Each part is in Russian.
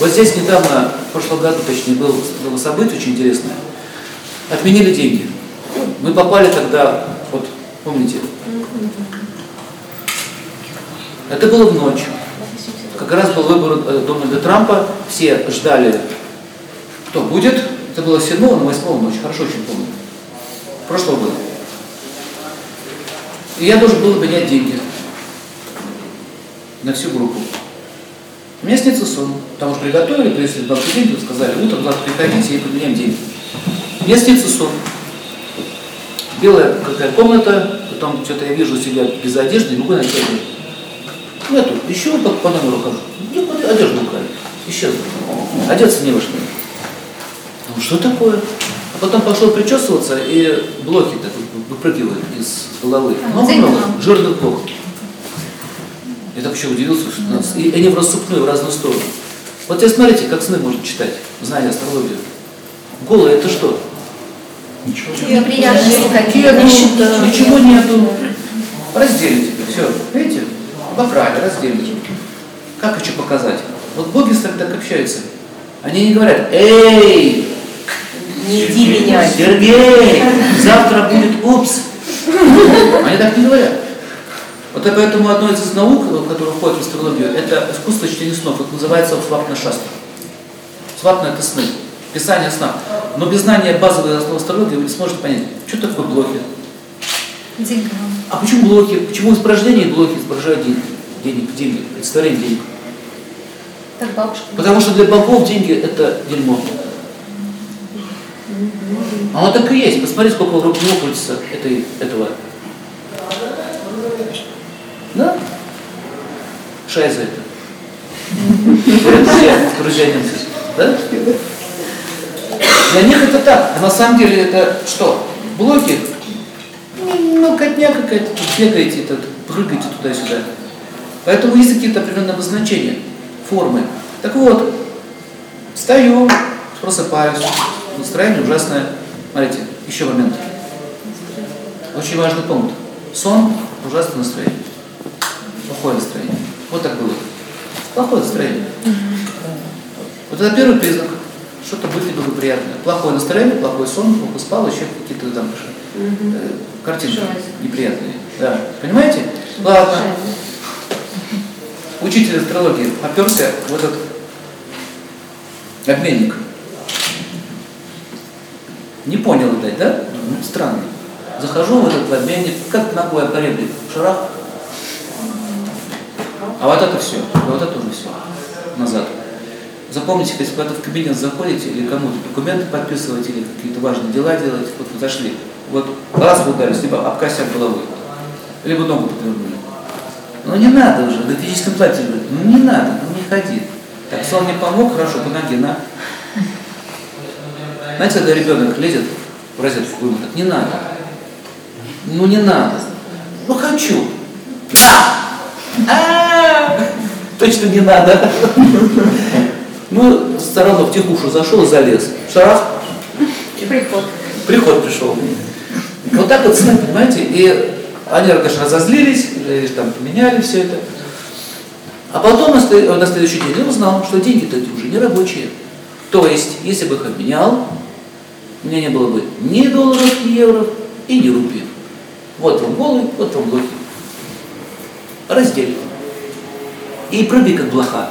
Вот здесь недавно, в прошлом году, точнее, было событие очень интересное. Отменили деньги. Мы попали тогда, вот, помните, это было в ночь. Как раз был выбор Дональда Трампа. Все ждали, кто будет. Это было 7 на 8 ночи. Хорошо очень помню. Прошлого года. И я должен был менять деньги на всю группу. Мне снится сон. Там уже приготовили, принесли банку деньги, сказали, утром завтра приходите и поменяем деньги. Мне снится сон. Белая какая комната, потом что-то я вижу себя без одежды, не могу найти одежду. Нету, ищу по номеру хожу. Одежду украли. Исчезла. Одеться не вышло. Ну что такое? А потом пошел причесываться, и блоки так выпрыгивают из головы. Много-много жирных блоков. Я так еще удивился, что у нас. И они в рассыпную, в разную сторону. Вот теперь смотрите, как сны можно читать, зная астрологию. Голое это что? Ничего. Ничего нету. Разделите. Все. Видите? Обокрали, разделили. Как хочу показать? Вот боги с нами так общаются. Они не говорят, эй, не иди меня, Сергей, завтра будет упс. Они так не говорят. Вот и поэтому одно из наук, которое входит в астрологию, это искусство чтения снов. Это называется свапна шастра. Свапна это сны, писание сна. Но без знания базовой основы астрологии вы не сможете понять, что такое блоки. А почему блоки? Почему изображения и блоки изображают деньги, представление денег? Так бабушка. Потому что для богов деньги это дерьмо. Оно так и есть. Посмотри, сколько вокруг него крутится этого. Да? Шайза это. Друзья немцы. Да? Для них это так. А на самом деле это что? Блоки? Ну, котня какая-то, тут бегаете, прыгаете туда-сюда. Поэтому есть какие-то определенные обозначения, формы. Так вот, встаю, просыпаюсь, настроение ужасное. Смотрите, еще момент. Очень важный пункт. Сон, ужасное настроение. Плохое настроение. Вот так было. Плохое настроение. Вот это первый признак. Что-то будет неблагоприятное. Плохое настроение, плохой сон, плохо спал, еще какие-то там картинки неприятные. Да. Понимаете? Ладно. Учитель астрологии оперся в этот обменник. Не понял, видать, да? Странно. Захожу в этот обменник, как ногой об поребрик, шарах. А вот это все, вот это уже все. Назад. Запомните, если куда-то в кабинет заходите или кому-то документы подписываете или какие-то важные дела делаете, вот вы зашли, вот раз вы ударились, либо об косяк головой, либо ногу подвернули. Ну не надо уже, на физическом плане, ну не надо, ну не ходи. Так, сон не помог, хорошо, по ноге на. Знаете, когда ребенок лезет в розетку, вы так, не надо. Ну не надо. Ну хочу. Точно не надо. Ну, сторону в тихушу зашел, залез. Шарах. И приход. Приход пришел. Вот так вот, понимаете, и они, конечно, разозлились, или там поменяли все это. А потом на следующий день я узнал, что деньги-то уже не рабочие. То есть, если бы их обменял, у меня не было бы ни долларов, ни евро и ни рупий. Вот вам голый, вот вам блоки. Раздели. И прыгай, как блоха.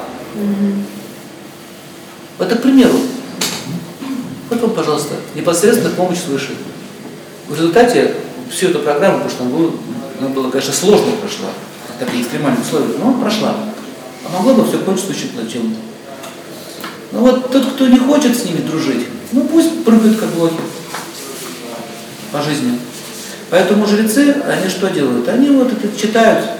Это к примеру. Вот вам, пожалуйста, непосредственно помощь свыше. В результате всю эту программу, потому что она была, конечно, сложно прошла, такие экстремальные условия, но прошла. А могло бы все кончиться очень плачевно. Но вот тот, кто не хочет с ними дружить, ну пусть прыгают как блохи по жизни. Поэтому жрецы, они что делают? Они вот это читают